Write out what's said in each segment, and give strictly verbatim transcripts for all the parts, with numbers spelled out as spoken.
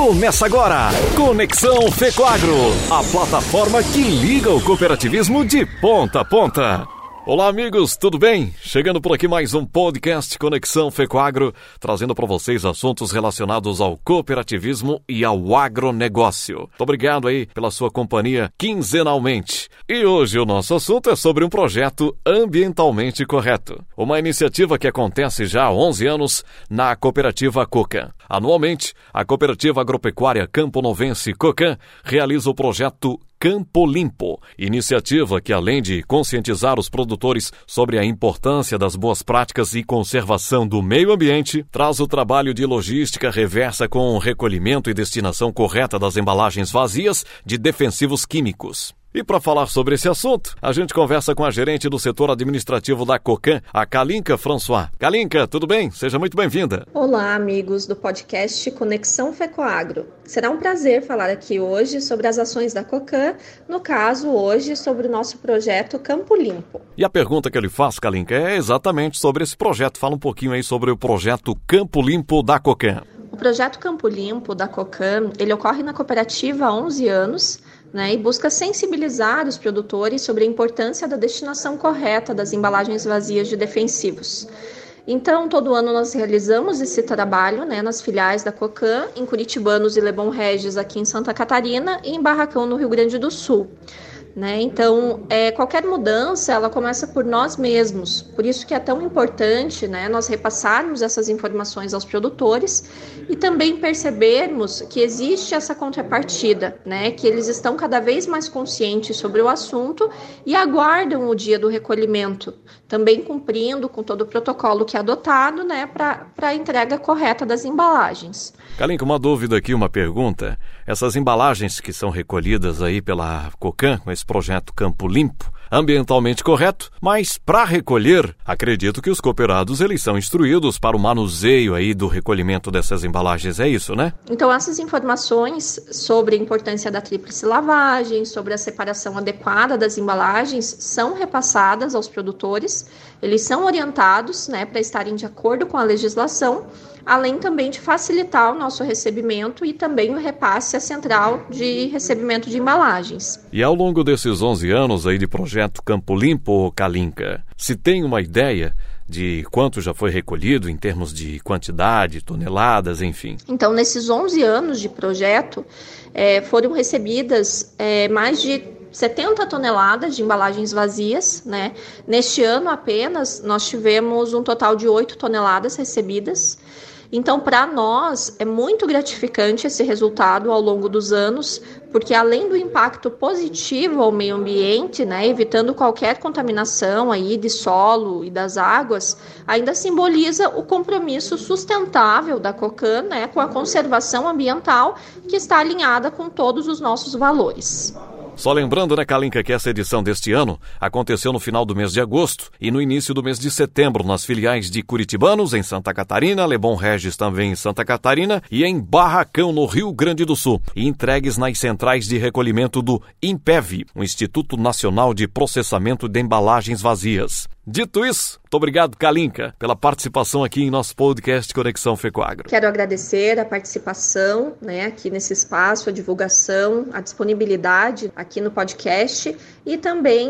Começa agora, Conexão Fecoagro, a plataforma que liga o cooperativismo de ponta a ponta. Olá amigos, tudo bem? Chegando por aqui mais um podcast Conexão Fecoagro, trazendo para vocês assuntos relacionados ao cooperativismo e ao agronegócio. Muito obrigado aí pela sua companhia quinzenalmente. E hoje o nosso assunto é sobre um projeto ambientalmente correto. Uma iniciativa que acontece já há onze anos na cooperativa Cocan. Anualmente, a cooperativa agropecuária Camponovense Cocan realiza o projeto Campo Limpo, iniciativa que, além de conscientizar os produtores sobre a importância das boas práticas e conservação do meio ambiente, traz o trabalho de logística reversa com o recolhimento e destinação correta das embalagens vazias de defensivos químicos. E para falar sobre esse assunto, a gente conversa com a gerente do setor administrativo da Cocan, a Kalinka François. Kalinka, tudo bem? Seja muito bem-vinda. Olá, amigos do podcast Conexão Fecoagro. Será um prazer falar aqui hoje sobre as ações da Cocan, no caso, hoje, sobre o nosso projeto Campo Limpo. E a pergunta que eu lhe faço, Kalinka, é exatamente sobre esse projeto. Fala um pouquinho aí sobre o projeto Campo Limpo da Cocan. O projeto Campo Limpo da Cocan, ele ocorre na cooperativa há onze anos, né, e busca sensibilizar os produtores sobre a importância da destinação correta das embalagens vazias de defensivos. Então, todo ano nós realizamos esse trabalho, né, nas filiais da Cocan, em Curitibanos e Lebon Regis aqui em Santa Catarina e em Barracão no Rio Grande do Sul. Né? Então, é, qualquer mudança, ela começa por nós mesmos. Por isso que é tão importante, né, nós repassarmos essas informações aos produtores e também percebermos que existe essa contrapartida, né, que eles estão cada vez mais conscientes sobre o assunto e aguardam o dia do recolhimento, também cumprindo com todo o protocolo que é adotado, né, para a entrega correta das embalagens. Kalinka, uma dúvida aqui, uma pergunta. Essas embalagens que são recolhidas aí pela Cocan, com esse projeto Campo Limpo, ambientalmente correto, mas para recolher, acredito que os cooperados eles são instruídos para o manuseio aí do recolhimento dessas embalagens, é isso, né? Então essas informações sobre a importância da tríplice lavagem, sobre a separação adequada das embalagens, são repassadas aos produtores, eles são orientados, né, para estarem de acordo com a legislação, além também de facilitar o nosso recebimento e também o repasse à central de recebimento de embalagens. E ao longo desses onze anos aí de projeto Campo Limpo, Kalinka, se tem uma ideia de quanto já foi recolhido em termos de quantidade, toneladas, enfim? Então, nesses onze anos de projeto, é, foram recebidas é, mais de setenta toneladas de embalagens vazias, né? Neste ano apenas, nós tivemos um total de oito toneladas recebidas. Então, para nós, é muito gratificante esse resultado ao longo dos anos, porque além do impacto positivo ao meio ambiente, né, evitando qualquer contaminação aí de solo e das águas, ainda simboliza o compromisso sustentável da Cocan, né, com a conservação ambiental, que está alinhada com todos os nossos valores. Só lembrando, né, Kalinka, que essa edição deste ano aconteceu no final do mês de agosto e no início do mês de setembro nas filiais de Curitibanos, em Santa Catarina, Lebon Regis também em Santa Catarina e em Barracão, no Rio Grande do Sul, e entregues nas centrais de recolhimento do INPEV, o Instituto Nacional de Processamento de Embalagens Vazias. Dito isso, muito obrigado, Kalinka, pela participação aqui em nosso podcast Conexão Fecoagro. Quero agradecer a participação, né, aqui nesse espaço, a divulgação, a disponibilidade aqui no podcast e também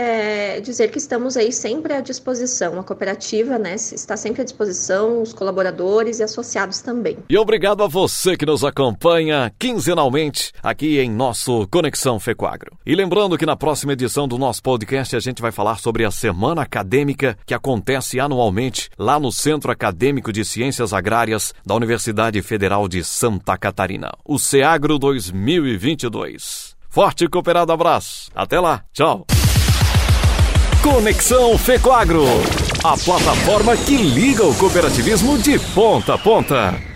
é, dizer que estamos aí sempre à disposição. A cooperativa, né, está sempre à disposição, os colaboradores e associados também. E obrigado a você que nos acompanha quinzenalmente aqui em nosso Conexão Fecoagro. E lembrando que na próxima edição do nosso podcast a gente vai falar sobre a Semana Acadêmica que acontece anualmente lá no Centro Acadêmico de Ciências Agrárias da Universidade Federal de Santa Catarina, o CEAGRO dois mil e vinte e dois. Forte e cooperado abraço. Até lá. Tchau. Conexão Fecoagro, a plataforma que liga o cooperativismo de ponta a ponta.